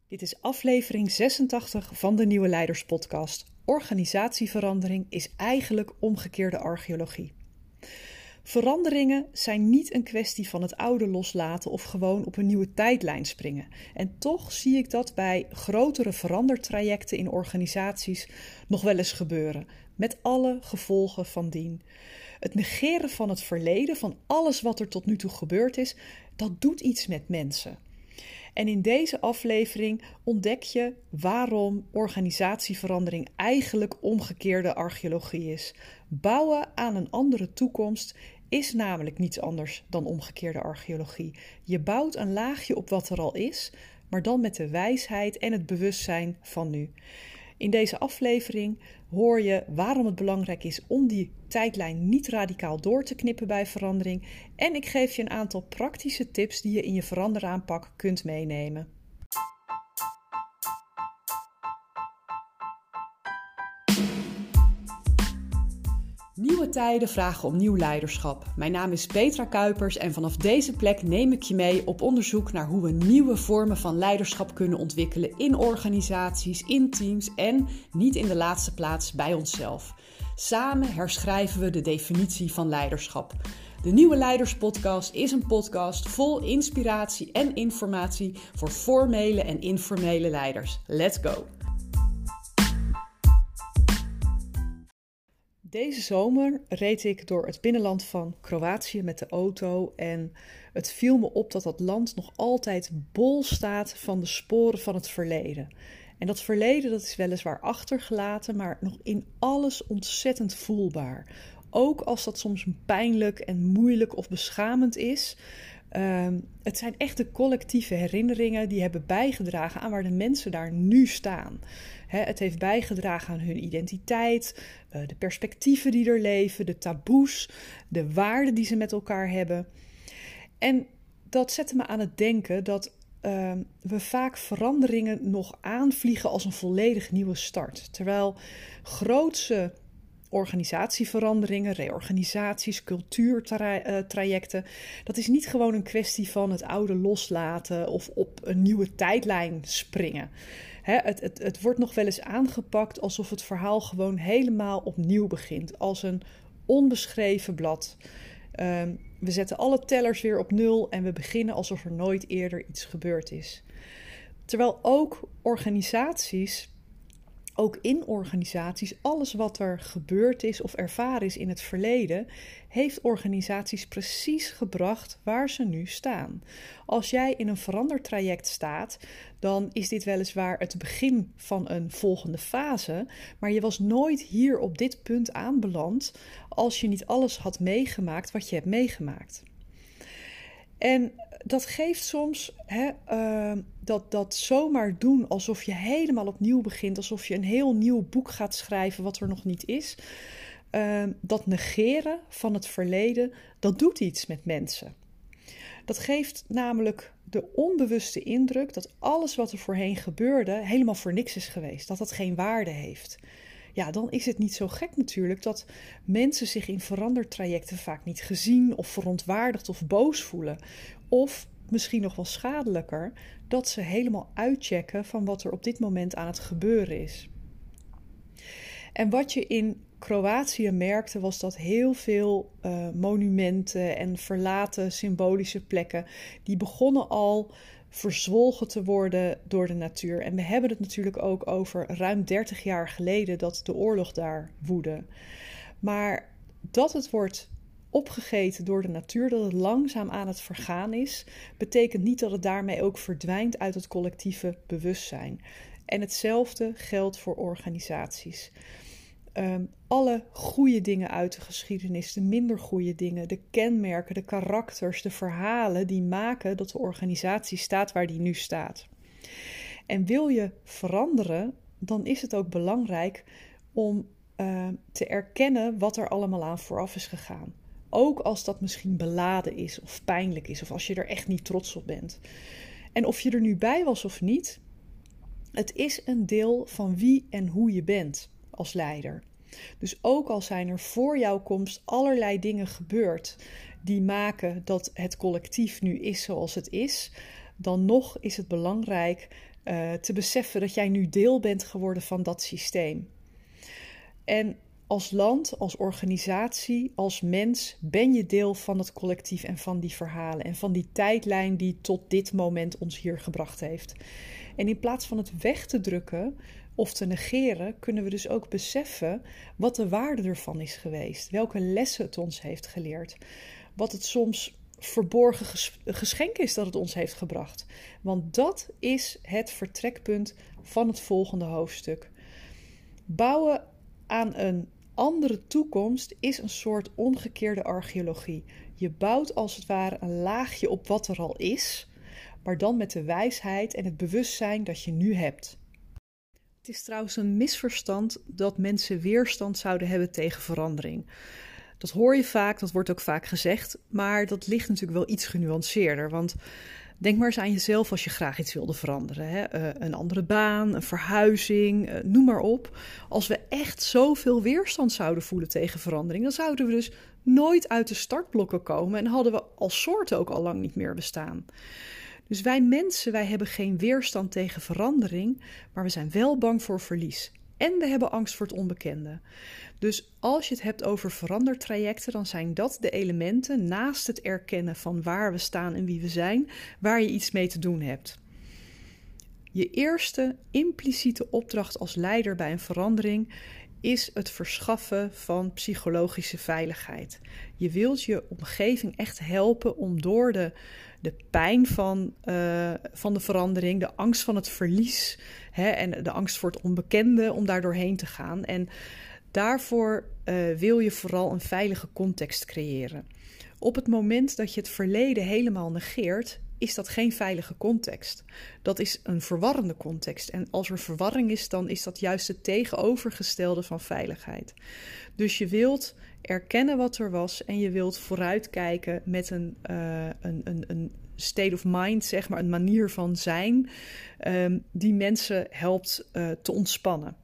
Dit is aflevering 86 van de Nieuwe Leiders podcast. Organisatieverandering is eigenlijk omgekeerde archeologie. Veranderingen zijn niet een kwestie van het oude loslaten of gewoon op een nieuwe tijdlijn springen. En toch zie ik dat bij grotere verandertrajecten in organisaties nog wel eens gebeuren, met alle gevolgen van dien. Het negeren van het verleden, van alles wat er tot nu toe gebeurd is, dat doet iets met mensen. En in deze aflevering ontdek je waarom organisatieverandering eigenlijk omgekeerde archeologie is. Bouwen aan een andere toekomst is namelijk niets anders dan omgekeerde archeologie. Je bouwt een laagje op wat er al is, maar dan met de wijsheid en het bewustzijn van nu. In deze aflevering hoor je waarom het belangrijk is om die tijdlijn niet radicaal door te knippen bij verandering. En ik geef je een aantal praktische tips die je in je veranderaanpak kunt meenemen. Nieuwe tijden vragen om nieuw leiderschap. Mijn naam is Petra Kuipers en vanaf deze plek neem ik je mee op onderzoek naar hoe we nieuwe vormen van leiderschap kunnen ontwikkelen in organisaties, in teams en, niet in de laatste plaats, bij onszelf. Samen herschrijven we de definitie van leiderschap. De Nieuwe Leiders podcast is een podcast vol inspiratie en informatie voor formele en informele leiders. Let's go! Deze zomer reed ik door het binnenland van Kroatië met de auto en het viel me op dat dat land nog altijd bol staat van de sporen van het verleden. En dat verleden dat is weliswaar achtergelaten, maar nog in alles ontzettend voelbaar. Ook als dat soms pijnlijk en moeilijk of beschamend is. Het zijn echte collectieve herinneringen die hebben bijgedragen aan waar de mensen daar nu staan. Het heeft bijgedragen aan hun identiteit, de perspectieven die er leven, de taboes, de waarden die ze met elkaar hebben. En dat zette me aan het denken dat we vaak veranderingen nog aanvliegen als een volledig nieuwe start. Terwijl grootse organisatieveranderingen, reorganisaties, cultuurtrajecten, dat is niet gewoon een kwestie van het oude loslaten of op een nieuwe tijdlijn springen. Het wordt nog wel eens aangepakt alsof het verhaal gewoon helemaal opnieuw begint, als een onbeschreven blad. We zetten alle tellers weer op nul en we beginnen alsof er nooit eerder iets gebeurd is. Terwijl ook in organisaties, alles wat er gebeurd is of ervaren is in het verleden, heeft organisaties precies gebracht waar ze nu staan. Als jij in een verandertraject staat, dan is dit weliswaar het begin van een volgende fase, maar je was nooit hier op dit punt aanbeland als je niet alles had meegemaakt wat je hebt meegemaakt. En dat geeft soms dat zomaar doen alsof je helemaal opnieuw begint, alsof je een heel nieuw boek gaat schrijven wat er nog niet is. Dat negeren van het verleden, dat doet iets met mensen. Dat geeft namelijk de onbewuste indruk dat alles wat er voorheen gebeurde helemaal voor niks is geweest, dat dat geen waarde heeft. Ja, dan is het niet zo gek natuurlijk dat mensen zich in verandertrajecten vaak niet gezien of verontwaardigd of boos voelen. Of misschien nog wel schadelijker, dat ze helemaal uitchecken van wat er op dit moment aan het gebeuren is. En wat je in Kroatië merkte was dat heel veel monumenten en verlaten symbolische plekken, die begonnen al verzwolgen te worden door de natuur. En we hebben het natuurlijk ook over ruim 30 jaar geleden dat de oorlog daar woedde. Maar dat het wordt opgegeten door de natuur, dat het langzaam aan het vergaan is, betekent niet dat het daarmee ook verdwijnt uit het collectieve bewustzijn. En hetzelfde geldt voor organisaties. Alle goede dingen uit de geschiedenis, de minder goede dingen, de kenmerken, de karakters, de verhalen die maken dat de organisatie staat waar die nu staat. En wil je veranderen, dan is het ook belangrijk om te erkennen wat er allemaal aan vooraf is gegaan. Ook als dat misschien beladen is of pijnlijk is of als je er echt niet trots op bent. En of je er nu bij was of niet, het is een deel van wie en hoe je bent als leider. Dus ook al zijn er voor jouw komst allerlei dingen gebeurd die maken dat het collectief nu is zoals het is, dan nog is het belangrijk Te beseffen dat jij nu deel bent geworden van dat systeem. En als land, als organisatie, als mens ben je deel van het collectief en van die verhalen en van die tijdlijn die tot dit moment ons hier gebracht heeft. En in plaats van het weg te drukken of te negeren, kunnen we dus ook beseffen wat de waarde ervan is geweest. Welke lessen het ons heeft geleerd. Wat het soms verborgen geschenk is dat het ons heeft gebracht. Want dat is het vertrekpunt van het volgende hoofdstuk. Bouwen aan een andere toekomst is een soort omgekeerde archeologie. Je bouwt als het ware een laagje op wat er al is, maar dan met de wijsheid en het bewustzijn dat je nu hebt. Het is trouwens een misverstand dat mensen weerstand zouden hebben tegen verandering. Dat hoor je vaak, dat wordt ook vaak gezegd, maar dat ligt natuurlijk wel iets genuanceerder. Want denk maar eens aan jezelf als je graag iets wilde veranderen. Hè? Een andere baan, een verhuizing, noem maar op. Als we echt zoveel weerstand zouden voelen tegen verandering, dan zouden we dus nooit uit de startblokken komen en hadden we als soort ook al lang niet meer bestaan. Dus wij mensen, wij hebben geen weerstand tegen verandering, maar we zijn wel bang voor verlies. En we hebben angst voor het onbekende. Dus als je het hebt over verandertrajecten, dan zijn dat de elementen naast het erkennen van waar we staan en wie we zijn, waar je iets mee te doen hebt. Je eerste impliciete opdracht als leider bij een verandering is het verschaffen van psychologische veiligheid. Je wilt je omgeving echt helpen om door de pijn van de verandering, de angst van het verlies en de angst voor het onbekende, om daar doorheen te gaan. En daarvoor wil je vooral een veilige context creëren. Op het moment dat je het verleden helemaal negeert, is dat geen veilige context. Dat is een verwarrende context. En als er verwarring is, dan is dat juist het tegenovergestelde van veiligheid. Dus je wilt erkennen wat er was en je wilt vooruitkijken met een state of mind, zeg maar, een manier van zijn die mensen helpt te ontspannen.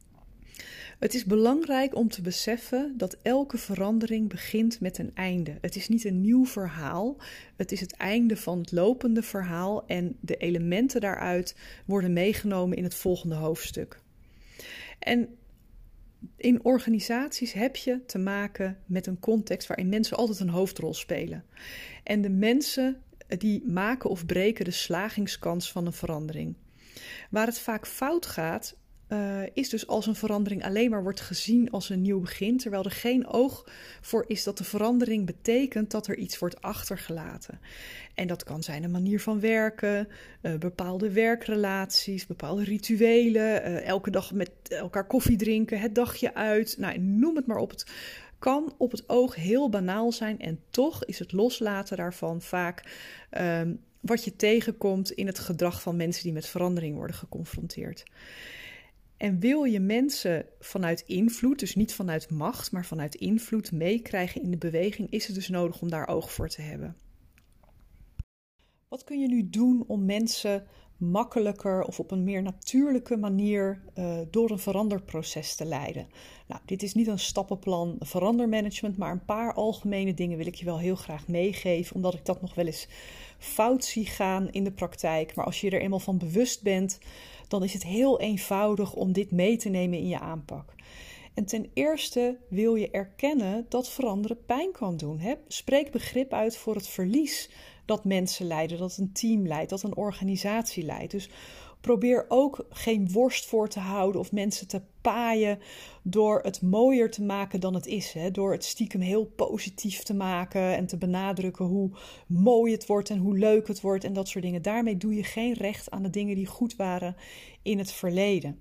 Het is belangrijk om te beseffen dat elke verandering begint met een einde. Het is niet een nieuw verhaal, het is het einde van het lopende verhaal en de elementen daaruit worden meegenomen in het volgende hoofdstuk. En in organisaties heb je te maken met een context waarin mensen altijd een hoofdrol spelen. En de mensen die maken of breken de slagingskans van een verandering. Waar het vaak fout gaat, is dus als een verandering alleen maar wordt gezien als een nieuw begin, terwijl er geen oog voor is dat de verandering betekent dat er iets wordt achtergelaten. En dat kan zijn een manier van werken, bepaalde werkrelaties, bepaalde rituelen, elke dag met elkaar koffie drinken, het dagje uit, nou, noem het maar op. Het kan op het oog heel banaal zijn en toch is het loslaten daarvan vaak wat je tegenkomt in het gedrag van mensen die met verandering worden geconfronteerd. En wil je mensen vanuit invloed, dus niet vanuit macht, maar vanuit invloed meekrijgen in de beweging, is het dus nodig om daar oog voor te hebben. Wat kun je nu doen om mensen makkelijker of op een meer natuurlijke manier door een veranderproces te leiden? Nou, dit is niet een stappenplan verandermanagement, maar een paar algemene dingen wil ik je wel heel graag meegeven, omdat ik dat nog wel eens fout zie gaan in de praktijk. Maar als je er eenmaal van bewust bent, dan is het heel eenvoudig om dit mee te nemen in je aanpak. En ten eerste wil je erkennen dat veranderen pijn kan doen. Spreek begrip uit voor het verlies dat mensen lijden, dat een team lijdt, dat een organisatie lijdt. Dus probeer ook geen worst voor te houden of mensen te paaien door het mooier te maken dan het is. Door het stiekem heel positief te maken en te benadrukken hoe mooi het wordt en hoe leuk het wordt en dat soort dingen. Daarmee doe je geen recht aan de dingen die goed waren in het verleden.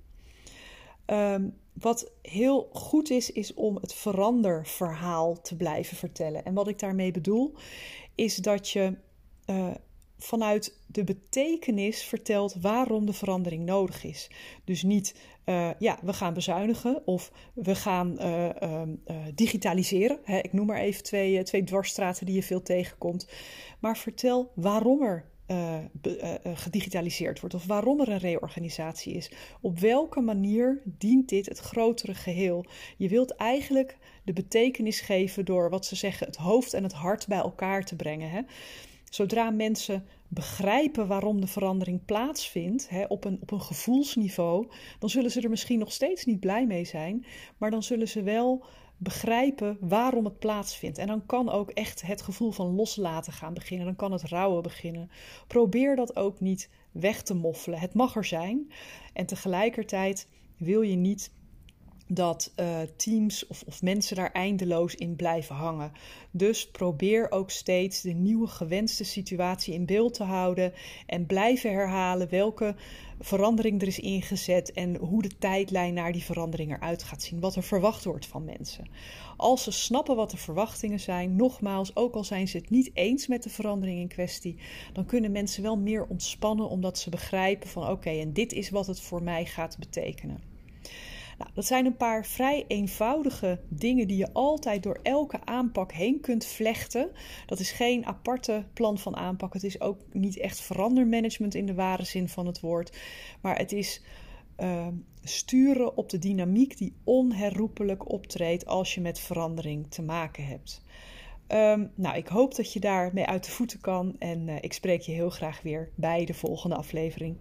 Wat heel goed is om het veranderverhaal te blijven vertellen. En wat ik daarmee bedoel, is dat je vanuit de betekenis vertelt waarom de verandering nodig is. Dus niet, we gaan bezuinigen of we gaan digitaliseren. Ik noem maar even twee dwarsstraten die je veel tegenkomt. Maar vertel waarom er gedigitaliseerd wordt of waarom er een reorganisatie is. Op welke manier dient dit het grotere geheel? Je wilt eigenlijk de betekenis geven door wat ze zeggen het hoofd en het hart bij elkaar te brengen. Zodra mensen begrijpen waarom de verandering plaatsvindt, op een gevoelsniveau, dan zullen ze er misschien nog steeds niet blij mee zijn, maar dan zullen ze wel begrijpen waarom het plaatsvindt. En dan kan ook echt het gevoel van loslaten gaan beginnen, dan kan het rouwen beginnen. Probeer dat ook niet weg te moffelen. Het mag er zijn en tegelijkertijd wil je niet dat teams of mensen daar eindeloos in blijven hangen. Dus probeer ook steeds de nieuwe gewenste situatie in beeld te houden en blijven herhalen welke verandering er is ingezet en hoe de tijdlijn naar die verandering eruit gaat zien, wat er verwacht wordt van mensen. Als ze snappen wat de verwachtingen zijn, nogmaals, ook al zijn ze het niet eens met de verandering in kwestie, dan kunnen mensen wel meer ontspannen omdat ze begrijpen van oké, en dit is wat het voor mij gaat betekenen. Nou, dat zijn een paar vrij eenvoudige dingen die je altijd door elke aanpak heen kunt vlechten. Dat is geen aparte plan van aanpak. Het is ook niet echt verandermanagement in de ware zin van het woord. Maar het is sturen op de dynamiek die onherroepelijk optreedt als je met verandering te maken hebt. Ik hoop dat je daarmee uit de voeten kan en ik spreek je heel graag weer bij de volgende aflevering.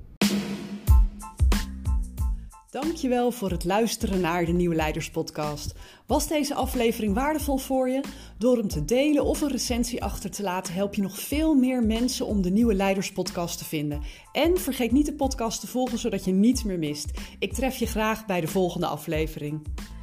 Dankjewel voor het luisteren naar de Nieuwe Leiders Podcast. Was deze aflevering waardevol voor je? Door hem te delen of een recensie achter te laten help je nog veel meer mensen om de Nieuwe Leiders Podcast te vinden. En vergeet niet de podcast te volgen zodat je niets meer mist. Ik tref je graag bij de volgende aflevering.